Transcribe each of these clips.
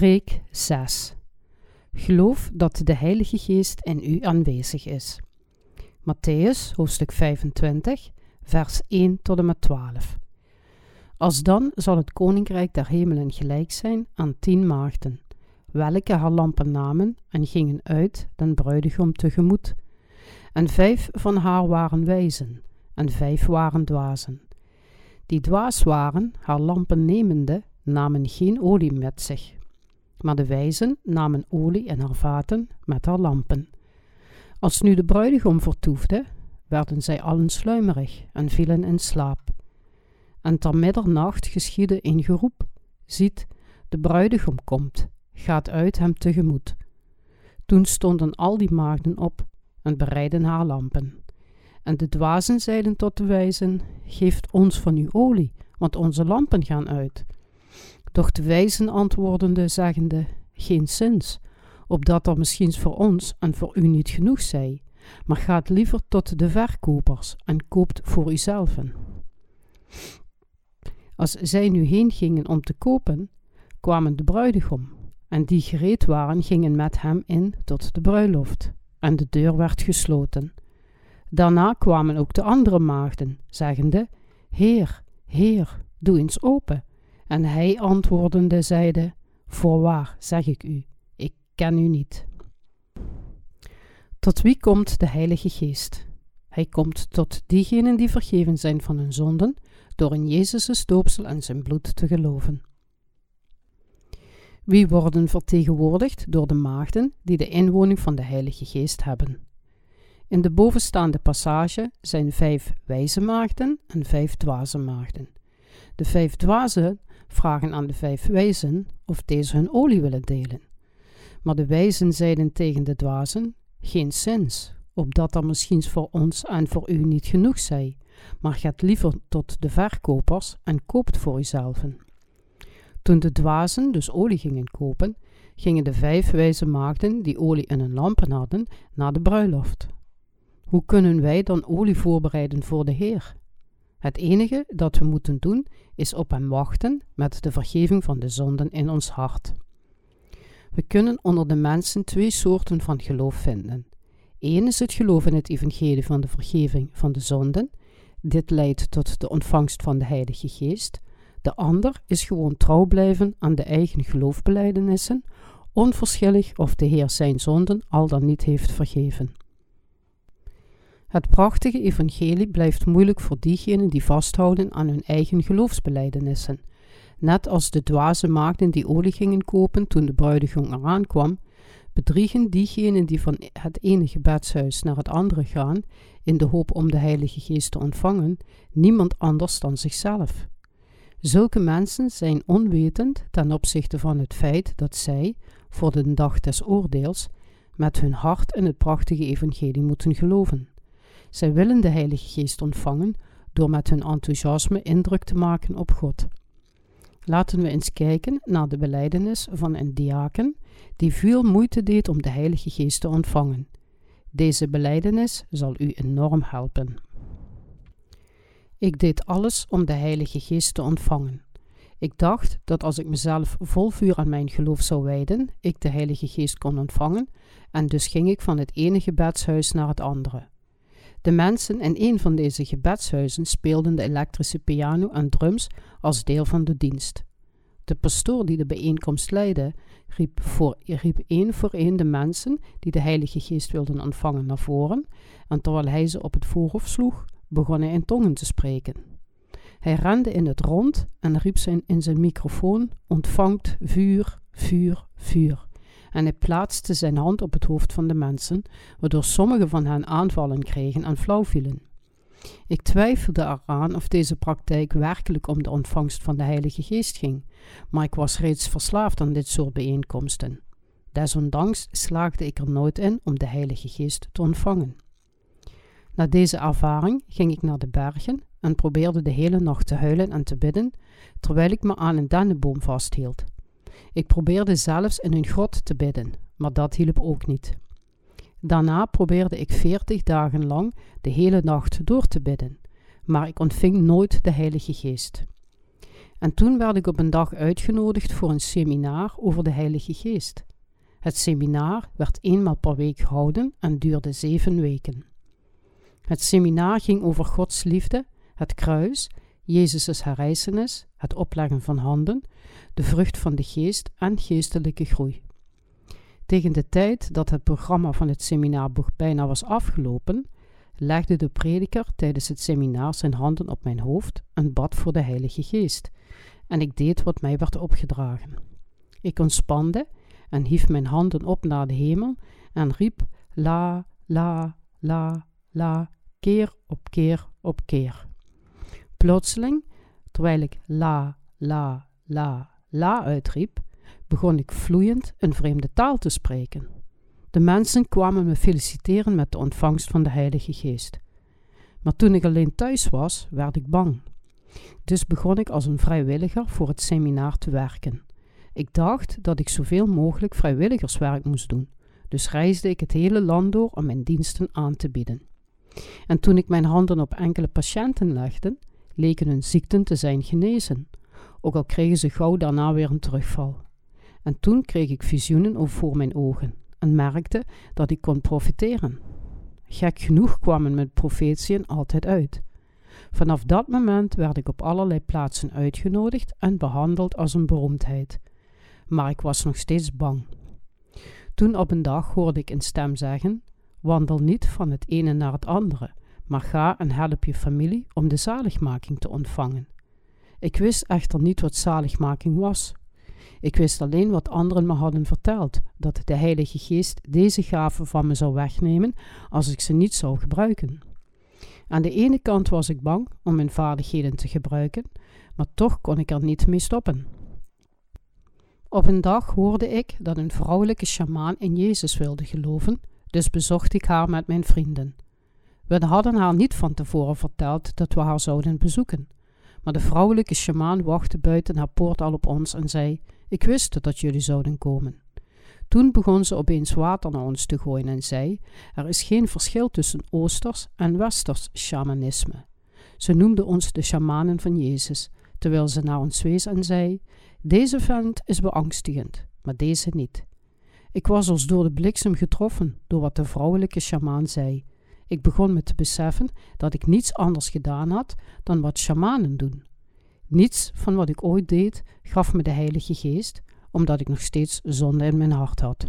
Preek 6. Geloof dat de Heilige Geest in u aanwezig is. Mattheüs, hoofdstuk 25, vers 1 tot en met 12. Alsdan zal het koninkrijk der hemelen gelijk zijn aan 10 maagden, welke haar lampen namen en gingen uit den bruidegom tegemoet. En 5 van haar waren wijzen, en 5 waren dwazen. Die dwaas waren, haar lampen nemende, namen geen olie met zich. Maar de wijzen namen olie in haar vaten met haar lampen. Als nu de bruidegom vertoefde, werden zij allen sluimerig en vielen in slaap. En ter middernacht geschiedde een geroep: ziet, de bruidegom komt, gaat uit hem tegemoet. Toen stonden al die maagden op en bereidden haar lampen. En de dwazen zeiden tot de wijzen: geeft ons van uw olie, want onze lampen gaan uit. Doch de wijzen antwoordende, zeggende: geenszins, opdat er misschien voor ons en voor u niet genoeg zij, maar gaat liever tot de verkopers en koopt voor uzelven. Als zij nu heen gingen om te kopen, kwamen de bruidegom, en die gereed waren gingen met hem in tot de bruiloft, en de deur werd gesloten. Daarna kwamen ook de andere maagden, zeggende: Heer, Heer, doe eens open. En hij antwoordende zeide: voorwaar, zeg ik u, ik ken u niet. Tot wie komt de Heilige Geest? Hij komt tot diegenen die vergeven zijn van hun zonden, door in Jezus' doopsel en zijn bloed te geloven. Wie worden vertegenwoordigd door de maagden die de inwoning van de Heilige Geest hebben? In de bovenstaande passage zijn 5 wijze maagden en 5 dwaze maagden. De 5 dwazen vragen aan de 5 wijzen of deze hun olie willen delen. Maar de wijzen zeiden tegen de dwazen: geenszins, opdat er misschien voor ons en voor u niet genoeg zij, maar gaat liever tot de verkopers en koopt voor uzelven. Toen de dwazen dus olie gingen kopen, gingen de 5 wijze maagden die olie in hun lampen hadden naar de bruiloft. Hoe kunnen wij dan olie voorbereiden voor de Heer? Het enige dat we moeten doen is op hem wachten met de vergeving van de zonden in ons hart. We kunnen onder de mensen 2 soorten van geloof vinden. Eén is het geloof in het evangelie van de vergeving van de zonden. Dit leidt tot de ontvangst van de Heilige Geest. De ander is gewoon trouw blijven aan de eigen geloofbelijdenissen, onverschillig of de Heer zijn zonden al dan niet heeft vergeven. Het prachtige evangelie blijft moeilijk voor diegenen die vasthouden aan hun eigen geloofsbelijdenissen. Net als de dwaze maagden die olie gingen kopen toen de bruidegom eraan kwam, bedriegen diegenen die van het ene gebedshuis naar het andere gaan, in de hoop om de Heilige Geest te ontvangen, niemand anders dan zichzelf. Zulke mensen zijn onwetend ten opzichte van het feit dat zij, voor de dag des oordeels, met hun hart in het prachtige evangelie moeten geloven. Zij willen de Heilige Geest ontvangen door met hun enthousiasme indruk te maken op God. Laten we eens kijken naar de belijdenis van een diaken die veel moeite deed om de Heilige Geest te ontvangen. Deze belijdenis zal u enorm helpen. Ik deed alles om de Heilige Geest te ontvangen. Ik dacht dat als ik mezelf vol vuur aan mijn geloof zou wijden, ik de Heilige Geest kon ontvangen, en dus ging ik van het ene gebedshuis naar het andere. De mensen in een van deze gebedshuizen speelden de elektrische piano en drums als deel van de dienst. De pastoor die de bijeenkomst leidde, riep één voor één de mensen die de Heilige Geest wilden ontvangen naar voren, en terwijl hij ze op het voorhoofd sloeg, begon hij in tongen te spreken. Hij rende in het rond en riep in zijn microfoon: ontvangt vuur, vuur, vuur. En hij plaatste zijn hand op het hoofd van de mensen, waardoor sommigen van hen aanvallen kregen en flauw vielen. Ik twijfelde eraan of deze praktijk werkelijk om de ontvangst van de Heilige Geest ging, maar ik was reeds verslaafd aan dit soort bijeenkomsten. Desondanks slaagde ik er nooit in om de Heilige Geest te ontvangen. Na deze ervaring ging ik naar de bergen en probeerde de hele nacht te huilen en te bidden, terwijl ik me aan een dennenboom vasthield. Ik probeerde zelfs in een grot te bidden, maar dat hielp ook niet. Daarna probeerde ik 40 dagen lang de hele nacht door te bidden, maar ik ontving nooit de Heilige Geest. En toen werd ik op een dag uitgenodigd voor een seminar over de Heilige Geest. Het seminar werd eenmaal per week gehouden en duurde 7 weken. Het seminar ging over Gods liefde, het kruis, Jezus' herrijzenis, het opleggen van handen, de vrucht van de geest en geestelijke groei. Tegen de tijd dat het programma van het seminar bijna was afgelopen, legde de prediker tijdens het seminar zijn handen op mijn hoofd en bad voor de Heilige Geest. En ik deed wat mij werd opgedragen. Ik ontspande en hief mijn handen op naar de hemel en riep la, la, la, la, keer op keer op keer. Plotseling, terwijl ik la, la, la, la uitriep, begon ik vloeiend een vreemde taal te spreken. De mensen kwamen me feliciteren met de ontvangst van de Heilige Geest. Maar toen ik alleen thuis was, werd ik bang. Dus begon ik als een vrijwilliger voor het seminar te werken. Ik dacht dat ik zoveel mogelijk vrijwilligerswerk moest doen, dus reisde ik het hele land door om mijn diensten aan te bieden. En toen ik mijn handen op enkele patiënten legde, leken hun ziekten te zijn genezen, ook al kregen ze gauw daarna weer een terugval. En toen kreeg ik visioenen voor mijn ogen en merkte dat ik kon profiteren. Gek genoeg kwamen mijn profetieën altijd uit. Vanaf dat moment werd ik op allerlei plaatsen uitgenodigd en behandeld als een beroemdheid. Maar ik was nog steeds bang. Toen op een dag hoorde ik een stem zeggen: wandel niet van het ene naar het andere, maar ga en help je familie om de zaligmaking te ontvangen. Ik wist echter niet wat zaligmaking was. Ik wist alleen wat anderen me hadden verteld, dat de Heilige Geest deze gaven van me zou wegnemen als ik ze niet zou gebruiken. Aan de ene kant was ik bang om mijn vaardigheden te gebruiken, maar toch kon ik er niet mee stoppen. Op een dag hoorde ik dat een vrouwelijke sjamaan in Jezus wilde geloven, dus bezocht ik haar met mijn vrienden. We hadden haar niet van tevoren verteld dat we haar zouden bezoeken, maar de vrouwelijke sjamaan wachtte buiten haar poort al op ons en zei: ik wist dat jullie zouden komen. Toen begon ze opeens water naar ons te gooien en zei: er is geen verschil tussen Oosters en Westers shamanisme. Ze noemde ons de shamanen van Jezus, terwijl ze naar ons wees en zei: deze vent is beangstigend, maar deze niet. Ik was als door de bliksem getroffen door wat de vrouwelijke sjamaan zei. Ik begon me te beseffen dat ik niets anders gedaan had dan wat shamanen doen. Niets van wat ik ooit deed gaf me de Heilige Geest, omdat ik nog steeds zonde in mijn hart had.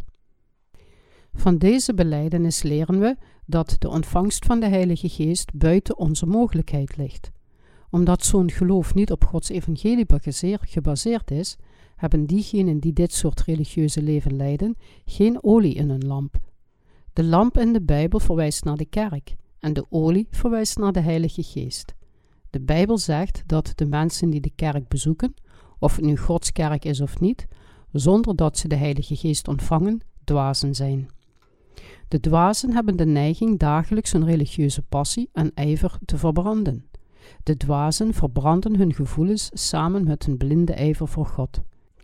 Van deze belijdenis leren we dat de ontvangst van de Heilige Geest buiten onze mogelijkheid ligt. Omdat zo'n geloof niet op Gods evangelie gebaseerd is, hebben diegenen die dit soort religieuze leven leiden geen olie in hun lamp. De lamp in de Bijbel verwijst naar de kerk en de olie verwijst naar de Heilige Geest. De Bijbel zegt dat de mensen die de kerk bezoeken, of het nu Gods kerk is of niet, zonder dat ze de Heilige Geest ontvangen, dwazen zijn. De dwazen hebben de neiging dagelijks hun religieuze passie en ijver te verbranden. De dwazen verbranden hun gevoelens samen met hun blinde ijver voor God.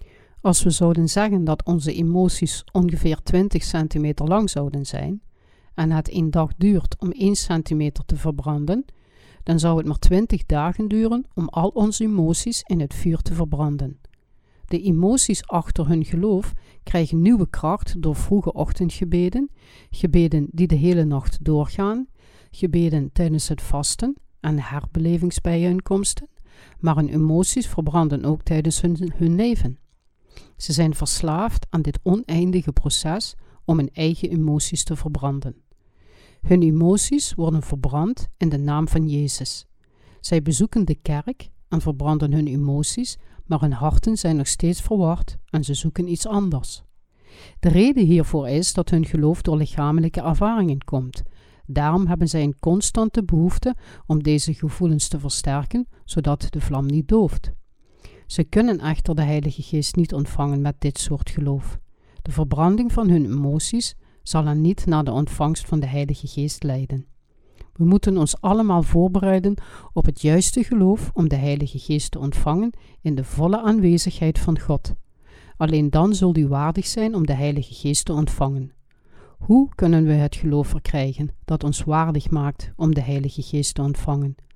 Als we zouden zeggen dat onze emoties ongeveer 20 centimeter lang zouden zijn en het 1 dag duurt om 1 centimeter te verbranden, dan zou het maar 20 dagen duren om al onze emoties in het vuur te verbranden. De emoties achter hun geloof krijgen nieuwe kracht door vroege ochtendgebeden, gebeden die de hele nacht doorgaan, gebeden tijdens het vasten en herbelevingsbijeenkomsten, maar hun emoties verbranden ook tijdens hun leven. Ze zijn verslaafd aan dit oneindige proces om hun eigen emoties te verbranden. Hun emoties worden verbrand in de naam van Jezus. Zij bezoeken de kerk en verbranden hun emoties, maar hun harten zijn nog steeds verward en ze zoeken iets anders. De reden hiervoor is dat hun geloof door lichamelijke ervaringen komt. Daarom hebben zij een constante behoefte om deze gevoelens te versterken, zodat de vlam niet dooft. Ze kunnen echter de Heilige Geest niet ontvangen met dit soort geloof. De verbranding van hun emoties zal hen niet naar de ontvangst van de Heilige Geest leiden. We moeten ons allemaal voorbereiden op het juiste geloof om de Heilige Geest te ontvangen in de volle aanwezigheid van God. Alleen dan zult u waardig zijn om de Heilige Geest te ontvangen. Hoe kunnen we het geloof verkrijgen dat ons waardig maakt om de Heilige Geest te ontvangen?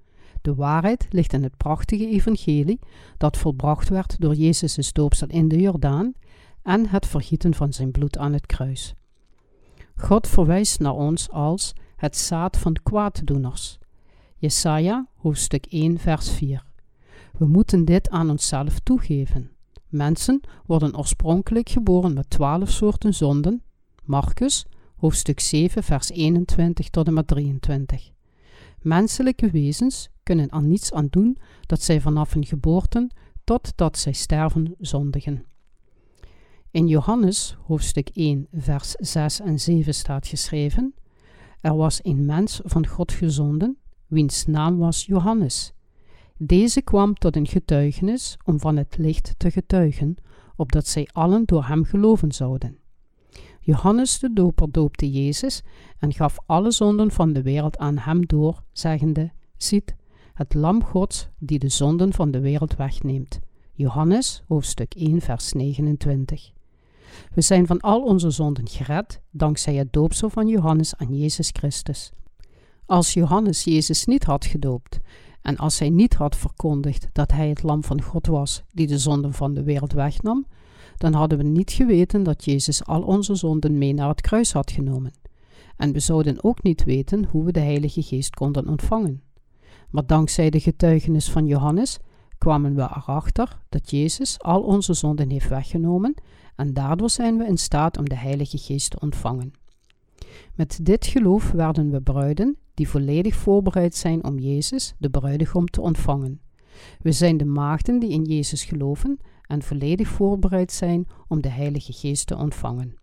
De waarheid ligt in het prachtige evangelie dat volbracht werd door Jezus' doopsel in de Jordaan en het vergieten van zijn bloed aan het kruis. God verwijst naar ons als het zaad van kwaaddoeners. Jesaja, hoofdstuk 1, vers 4. We moeten dit aan onszelf toegeven. Mensen worden oorspronkelijk geboren met 12 soorten zonden. Marcus, hoofdstuk 7, vers 21 tot en met 23. Menselijke wezens kunnen er niets aan doen dat zij vanaf hun geboorte totdat zij sterven zondigen. In Johannes, hoofdstuk 1, vers 6 en 7 staat geschreven: Er was een mens van God gezonden, wiens naam was Johannes. Deze kwam tot een getuigenis om van het licht te getuigen, opdat zij allen door hem geloven zouden. Johannes de doper doopte Jezus en gaf alle zonden van de wereld aan hem door, zeggende: Ziet, het lam Gods die de zonden van de wereld wegneemt. Johannes, hoofdstuk 1, vers 29. We zijn van al onze zonden gered, dankzij het doopsel van Johannes aan Jezus Christus. Als Johannes Jezus niet had gedoopt en als hij niet had verkondigd dat hij het lam van God was die de zonden van de wereld wegnam, dan hadden we niet geweten dat Jezus al onze zonden mee naar het kruis had genomen. En we zouden ook niet weten hoe we de Heilige Geest konden ontvangen. Maar dankzij de getuigenis van Johannes kwamen we erachter dat Jezus al onze zonden heeft weggenomen en daardoor zijn we in staat om de Heilige Geest te ontvangen. Met dit geloof werden we bruiden die volledig voorbereid zijn om Jezus, de bruidegom, te ontvangen. We zijn de maagden die in Jezus geloven en volledig voorbereid zijn om de Heilige Geest te ontvangen.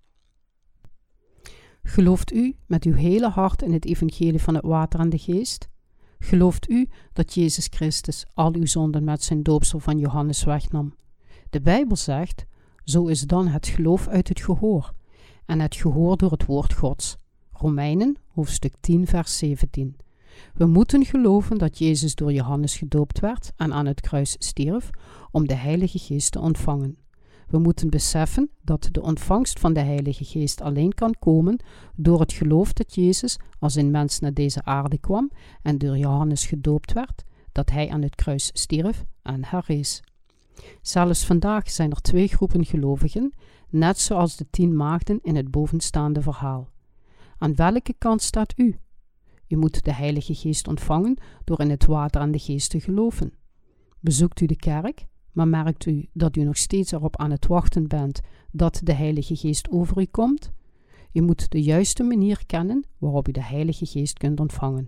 Gelooft u met uw hele hart in het evangelie van het water en de geest? Gelooft u dat Jezus Christus al uw zonden met zijn doopsel van Johannes wegnam? De Bijbel zegt: zo is dan het geloof uit het gehoor, en het gehoor door het woord Gods. Romeinen, hoofdstuk 10, vers 17. We moeten geloven dat Jezus door Johannes gedoopt werd en aan het kruis stierf om de Heilige Geest te ontvangen. We moeten beseffen dat de ontvangst van de Heilige Geest alleen kan komen door het geloof dat Jezus als een mens naar deze aarde kwam en door Johannes gedoopt werd, dat hij aan het kruis stierf en herrees. Zelfs vandaag zijn er 2 groepen gelovigen, net zoals de 10 maagden in het bovenstaande verhaal. Aan welke kant staat u? U moet de Heilige Geest ontvangen door in het water en de geest te geloven. Bezoekt u de kerk, maar merkt u dat u nog steeds erop aan het wachten bent dat de Heilige Geest over u komt? U moet de juiste manier kennen waarop u de Heilige Geest kunt ontvangen.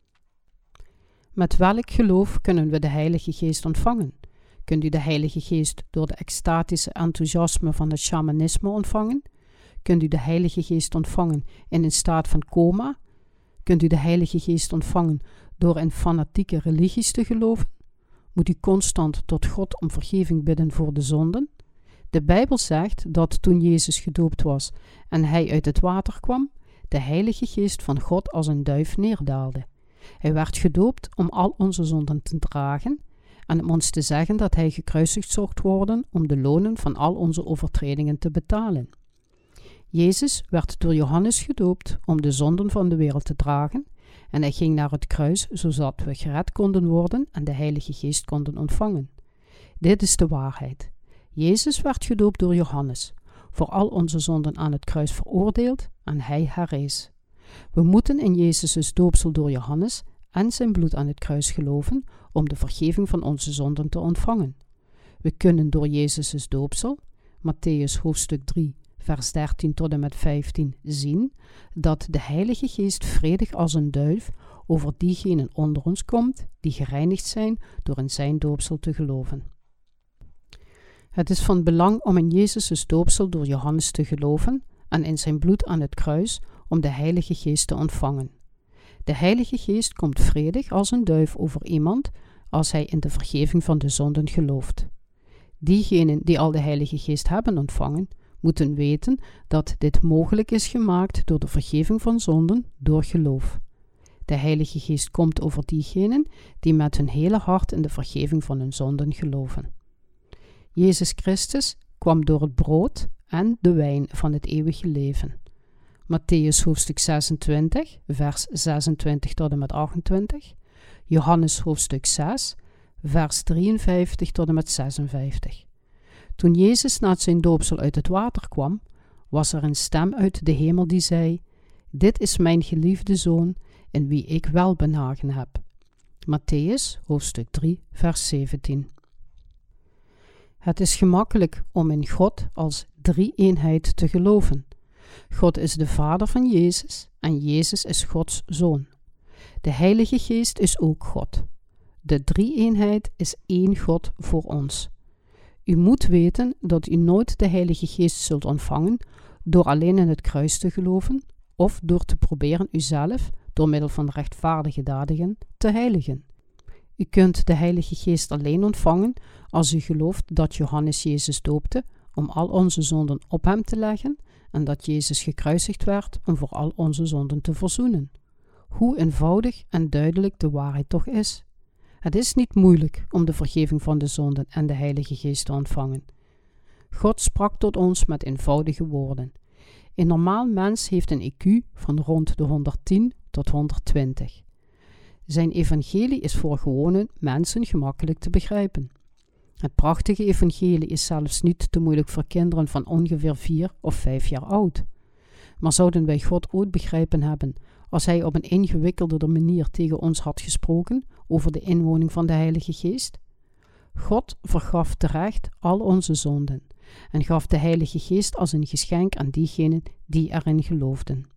Met welk geloof kunnen we de Heilige Geest ontvangen? Kunt u de Heilige Geest door de extatische enthousiasme van het shamanisme ontvangen? Kunt u de Heilige Geest ontvangen in een staat van coma? Kunt u de Heilige Geest ontvangen door in fanatieke religies te geloven? Moet u constant tot God om vergeving bidden voor de zonden? De Bijbel zegt dat toen Jezus gedoopt was en hij uit het water kwam, de Heilige Geest van God als een duif neerdaalde. Hij werd gedoopt om al onze zonden te dragen en om ons te zeggen dat hij gekruisigd zou worden om de lonen van al onze overtredingen te betalen. Jezus werd door Johannes gedoopt om de zonden van de wereld te dragen en hij ging naar het kruis zodat we gered konden worden en de Heilige Geest konden ontvangen. Dit is de waarheid. Jezus werd gedoopt door Johannes, voor al onze zonden aan het kruis veroordeeld en hij herrees. We moeten in Jezus' doopsel door Johannes en zijn bloed aan het kruis geloven om de vergeving van onze zonden te ontvangen. We kunnen door Jezus' doopsel, Mattheüs hoofdstuk 3, vers 13 tot en met 15, zien dat de Heilige Geest vredig als een duif over diegenen onder ons komt die gereinigd zijn door in zijn doopsel te geloven. Het is van belang om in Jezus' doopsel door Johannes te geloven en in zijn bloed aan het kruis om de Heilige Geest te ontvangen. De Heilige Geest komt vredig als een duif over iemand als hij in de vergeving van de zonden gelooft. Diegenen die al de Heilige Geest hebben ontvangen, moeten weten dat dit mogelijk is gemaakt door de vergeving van zonden door geloof. De Heilige Geest komt over diegenen die met hun hele hart in de vergeving van hun zonden geloven. Jezus Christus kwam door het brood en de wijn van het eeuwige leven. Mattheüs hoofdstuk 26, vers 26 tot en met 28, Johannes hoofdstuk 6, vers 53 tot en met 56. Toen Jezus na zijn doopsel uit het water kwam, was er een stem uit de hemel die zei: Dit is mijn geliefde Zoon, in wie ik welbehagen heb. Mattheüs hoofdstuk 3, vers 17. Het is gemakkelijk om in God als drie-eenheid te geloven. God is de Vader van Jezus en Jezus is Gods Zoon. De Heilige Geest is ook God. De drie-eenheid is één God voor ons. U moet weten dat u nooit de Heilige Geest zult ontvangen door alleen in het kruis te geloven of door te proberen uzelf door middel van rechtvaardige daden te heiligen. U kunt de Heilige Geest alleen ontvangen als u gelooft dat Johannes Jezus doopte om al onze zonden op hem te leggen en dat Jezus gekruisigd werd om voor al onze zonden te verzoenen. Hoe eenvoudig en duidelijk de waarheid toch is. Het is niet moeilijk om de vergeving van de zonden en de Heilige Geest te ontvangen. God sprak tot ons met eenvoudige woorden. Een normaal mens heeft een IQ van rond de 110 tot 120. Zijn evangelie is voor gewone mensen gemakkelijk te begrijpen. Het prachtige evangelie is zelfs niet te moeilijk voor kinderen van ongeveer 4 of 5 jaar oud. Maar zouden wij God ooit begrijpen hebben als hij op een ingewikkeldere manier tegen ons had gesproken over de inwoning van de Heilige Geest? God vergaf terecht al onze zonden en gaf de Heilige Geest als een geschenk aan diegenen die erin geloofden.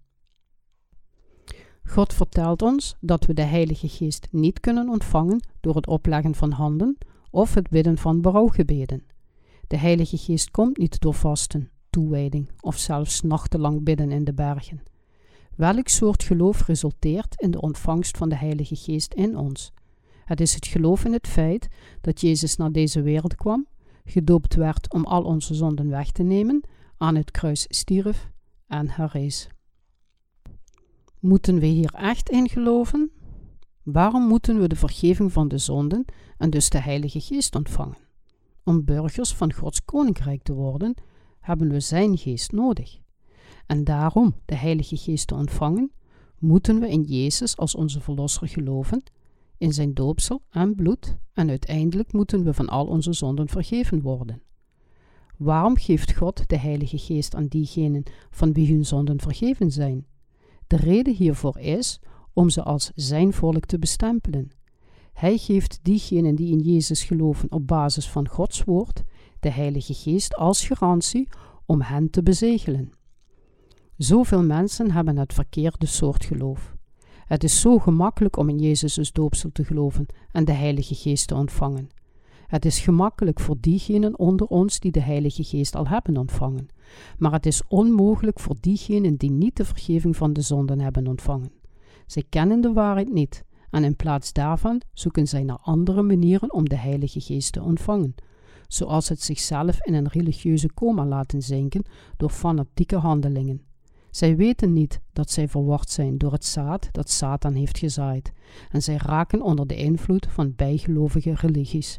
God vertelt ons dat we de Heilige Geest niet kunnen ontvangen door het opleggen van handen of het bidden van berouwgebeden. De Heilige Geest komt niet door vasten, toewijding of zelfs nachtenlang bidden in de bergen. Welk soort geloof resulteert in de ontvangst van de Heilige Geest in ons? Het is het geloof in het feit dat Jezus naar deze wereld kwam, gedoopt werd om al onze zonden weg te nemen, aan het kruis stierf en herrees. Moeten we hier echt in geloven? Waarom moeten we de vergeving van de zonden en dus de Heilige Geest ontvangen? Om burgers van Gods koninkrijk te worden, hebben we zijn geest nodig. En daarom de Heilige Geest te ontvangen, moeten we in Jezus als onze Verlosser geloven, in zijn doopsel en bloed, en uiteindelijk moeten we van al onze zonden vergeven worden. Waarom geeft God de Heilige Geest aan diegenen van wie hun zonden vergeven zijn? De reden hiervoor is om ze als zijn volk te bestempelen. Hij geeft diegenen die in Jezus geloven op basis van Gods woord de Heilige Geest als garantie om hen te bezegelen. Zoveel mensen hebben het verkeerde soort geloof. Het is zo gemakkelijk om in Jezus' doopsel te geloven en de Heilige Geest te ontvangen. Het is gemakkelijk voor diegenen onder ons die de Heilige Geest al hebben ontvangen. Maar het is onmogelijk voor diegenen die niet de vergeving van de zonden hebben ontvangen. Zij kennen de waarheid niet en in plaats daarvan zoeken zij naar andere manieren om de Heilige Geest te ontvangen. Zoals het zichzelf in een religieuze coma laten zinken door fanatieke handelingen. Zij weten niet dat zij verward zijn door het zaad dat Satan heeft gezaaid en zij raken onder de invloed van bijgelovige religies.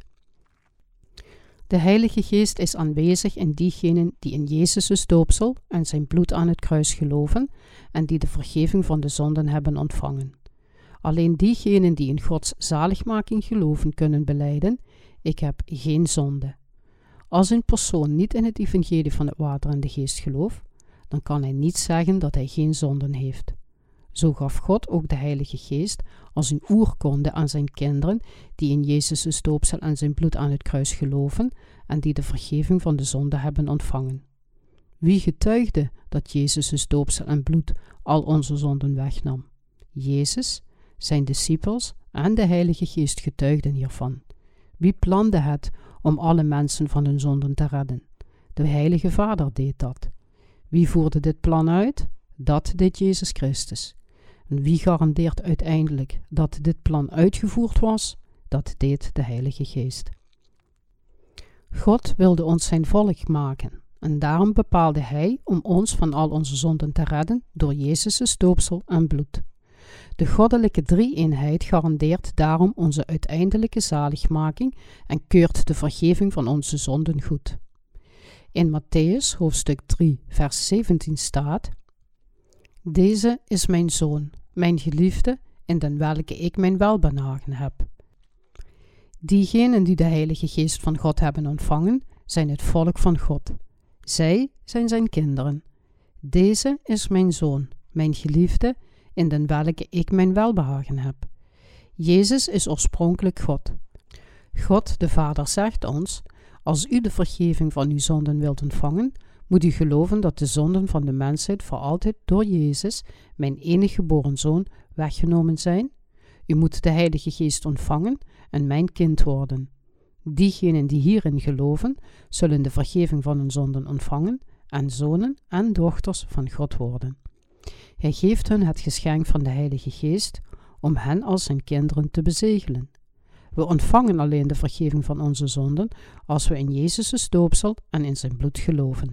De Heilige Geest is aanwezig in diegenen die in Jezus' doopsel en zijn bloed aan het kruis geloven en die de vergeving van de zonden hebben ontvangen. Alleen diegenen die in Gods zaligmaking geloven kunnen belijden: ik heb geen zonde. Als een persoon niet in het evangelie van het water en de geest gelooft, dan kan hij niet zeggen dat hij geen zonden heeft. Zo gaf God ook de Heilige Geest als een oorkonde aan zijn kinderen die in Jezus' doopsel en zijn bloed aan het kruis geloven en die de vergeving van de zonde hebben ontvangen. Wie getuigde dat Jezus' doopsel en bloed al onze zonden wegnam? Jezus, zijn discipels en de Heilige Geest getuigden hiervan. Wie plande het om alle mensen van hun zonden te redden? De Heilige Vader deed dat. Wie voerde dit plan uit? Dat deed Jezus Christus. En wie garandeert uiteindelijk dat dit plan uitgevoerd was? Dat deed de Heilige Geest. God wilde ons zijn volk maken en daarom bepaalde hij om ons van al onze zonden te redden door Jezus' doopsel en bloed. De goddelijke drie-eenheid garandeert daarom onze uiteindelijke zaligmaking en keurt de vergeving van onze zonden goed. In Mattheüs hoofdstuk 3 vers 17 staat: Deze is mijn Zoon, mijn geliefde, in den welke ik mijn welbehagen heb. Diegenen die de Heilige Geest van God hebben ontvangen, zijn het volk van God. Zij zijn zijn kinderen. Deze is mijn zoon, mijn geliefde, in den welke ik mijn welbehagen heb. Jezus is oorspronkelijk God. God de Vader zegt ons: als u de vergeving van uw zonden wilt ontvangen, moet u geloven dat de zonden van de mensheid voor altijd door Jezus, mijn enige geboren zoon, weggenomen zijn. U moet de Heilige Geest ontvangen en mijn kind worden. Diegenen die hierin geloven, zullen de vergeving van hun zonden ontvangen en zonen en dochters van God worden. Hij geeft hun het geschenk van de Heilige Geest om hen als zijn kinderen te bezegelen. We ontvangen alleen de vergeving van onze zonden als we in Jezus' doopsel en in zijn bloed geloven.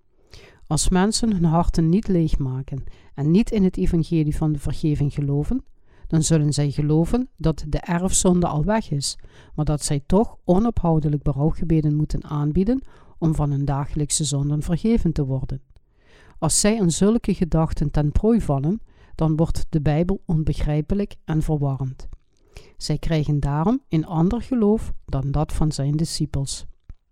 Als mensen hun harten niet leegmaken en niet in het evangelie van de vergeving geloven, dan zullen zij geloven dat de erfzonde al weg is, maar dat zij toch onophoudelijk berouwgebeden moeten aanbieden om van hun dagelijkse zonden vergeven te worden. Als zij aan zulke gedachten ten prooi vallen, dan wordt de Bijbel onbegrijpelijk en verwarrend. Zij krijgen daarom een ander geloof dan dat van zijn discipels.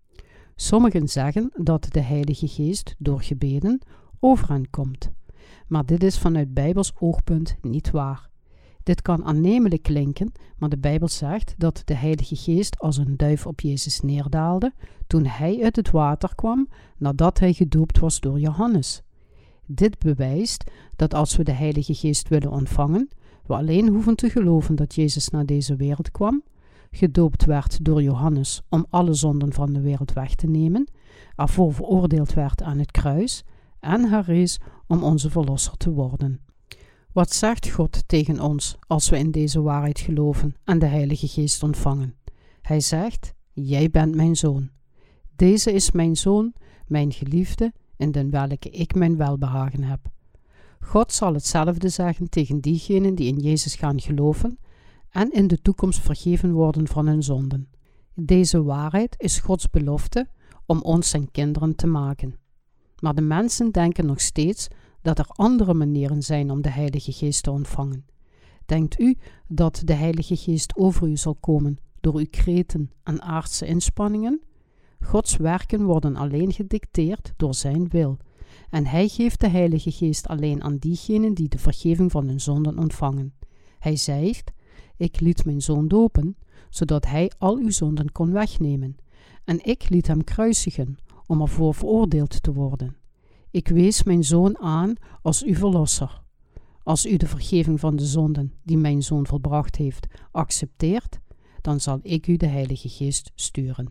Sommigen zeggen dat de Heilige Geest door gebeden over hen komt, maar dit is vanuit Bijbels oogpunt niet waar. Dit kan aannemelijk klinken, maar de Bijbel zegt dat de Heilige Geest als een duif op Jezus neerdaalde toen hij uit het water kwam nadat hij gedoopt was door Johannes. Dit bewijst dat als we de Heilige Geest willen ontvangen, we alleen hoeven te geloven dat Jezus naar deze wereld kwam, gedoopt werd door Johannes om alle zonden van de wereld weg te nemen, ervoor veroordeeld werd aan het kruis en herrees om onze verlosser te worden. Wat zegt God tegen ons als we in deze waarheid geloven en de Heilige Geest ontvangen? Hij zegt: jij bent mijn zoon. Deze is mijn zoon, mijn geliefde, in den welke ik mijn welbehagen heb. God zal hetzelfde zeggen tegen diegenen die in Jezus gaan geloven en in de toekomst vergeven worden van hun zonden. Deze waarheid is Gods belofte om ons zijn kinderen te maken. Maar de mensen denken nog steeds dat er andere manieren zijn om de Heilige Geest te ontvangen. Denkt u dat de Heilige Geest over u zal komen door uw kreten en aardse inspanningen? Gods werken worden alleen gedicteerd door zijn wil. En hij geeft de Heilige Geest alleen aan diegenen die de vergeving van hun zonden ontvangen. Hij zegt: ik liet mijn zoon dopen, zodat hij al uw zonden kon wegnemen. En ik liet hem kruisigen, om ervoor veroordeeld te worden. Ik wees mijn zoon aan als uw verlosser. Als u de vergeving van de zonden die mijn zoon volbracht heeft accepteert, dan zal ik u de Heilige Geest sturen.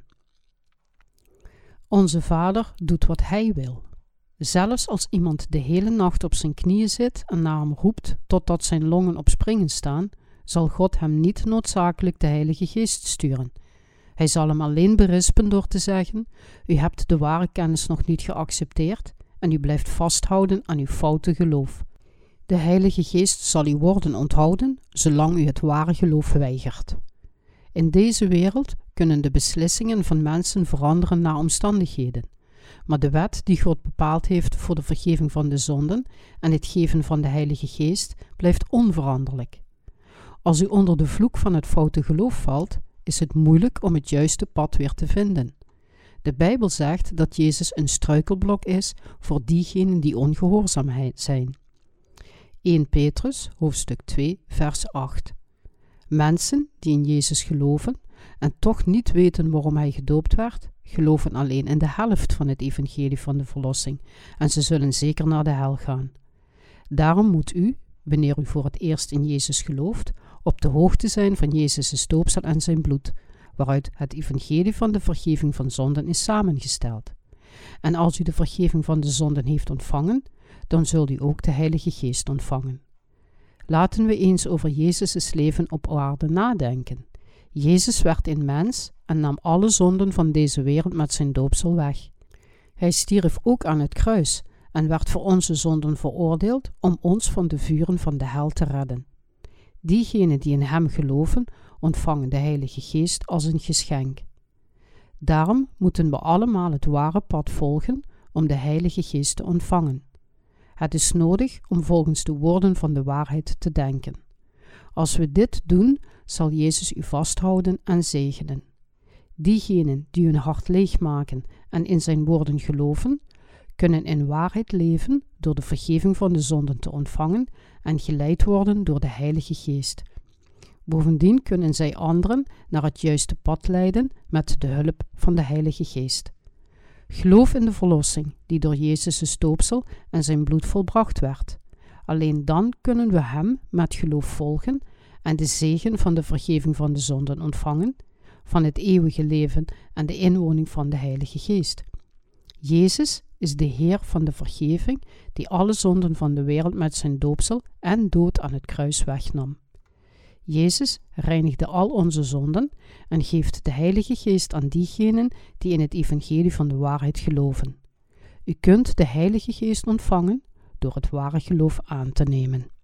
Onze Vader doet wat hij wil. Zelfs als iemand de hele nacht op zijn knieën zit en naar hem roept totdat zijn longen op springen staan, zal God hem niet noodzakelijk de Heilige Geest sturen. Hij zal hem alleen berispen door te zeggen: u hebt de ware kennis nog niet geaccepteerd en u blijft vasthouden aan uw foute geloof. De Heilige Geest zal u worden onthouden zolang u het ware geloof weigert. In deze wereld kunnen de beslissingen van mensen veranderen naar omstandigheden. Maar de wet die God bepaald heeft voor de vergeving van de zonden en het geven van de Heilige Geest blijft onveranderlijk. Als u onder de vloek van het foute geloof valt, is het moeilijk om het juiste pad weer te vinden. De Bijbel zegt dat Jezus een struikelblok is voor diegenen die ongehoorzaam zijn. 1 Petrus, hoofdstuk 2, vers 8. Mensen die in Jezus geloven en toch niet weten waarom hij gedoopt werd, geloven alleen in de helft van het evangelie van de verlossing en ze zullen zeker naar de hel gaan. Daarom moet u, wanneer u voor het eerst in Jezus gelooft, op de hoogte zijn van Jezus' doopsel en zijn bloed, waaruit het evangelie van de vergeving van zonden is samengesteld. En als u de vergeving van de zonden heeft ontvangen, dan zult u ook de Heilige Geest ontvangen. Laten we eens over Jezus' leven op aarde nadenken. Jezus werd een mens en nam alle zonden van deze wereld met zijn doopsel weg. Hij stierf ook aan het kruis en werd voor onze zonden veroordeeld om ons van de vuren van de hel te redden. Diegenen die in hem geloven, ontvangen de Heilige Geest als een geschenk. Daarom moeten we allemaal het ware pad volgen om de Heilige Geest te ontvangen. Het is nodig om volgens de woorden van de waarheid te denken. Als we dit doen, zal Jezus u vasthouden en zegenen. Diegenen die hun hart leegmaken en in zijn woorden geloven, kunnen in waarheid leven door de vergeving van de zonden te ontvangen en geleid worden door de Heilige Geest. Bovendien kunnen zij anderen naar het juiste pad leiden met de hulp van de Heilige Geest. Geloof in de verlossing die door Jezus' doopsel en zijn bloed volbracht werd. Alleen dan kunnen we hem met geloof volgen en de zegen van de vergeving van de zonden ontvangen, van het eeuwige leven en de inwoning van de Heilige Geest. Jezus is de Heer van de vergeving die alle zonden van de wereld met zijn doopsel en dood aan het kruis wegnam. Jezus reinigde al onze zonden en geeft de Heilige Geest aan diegenen die in het evangelie van de waarheid geloven. U kunt de Heilige Geest ontvangen door het ware geloof aan te nemen.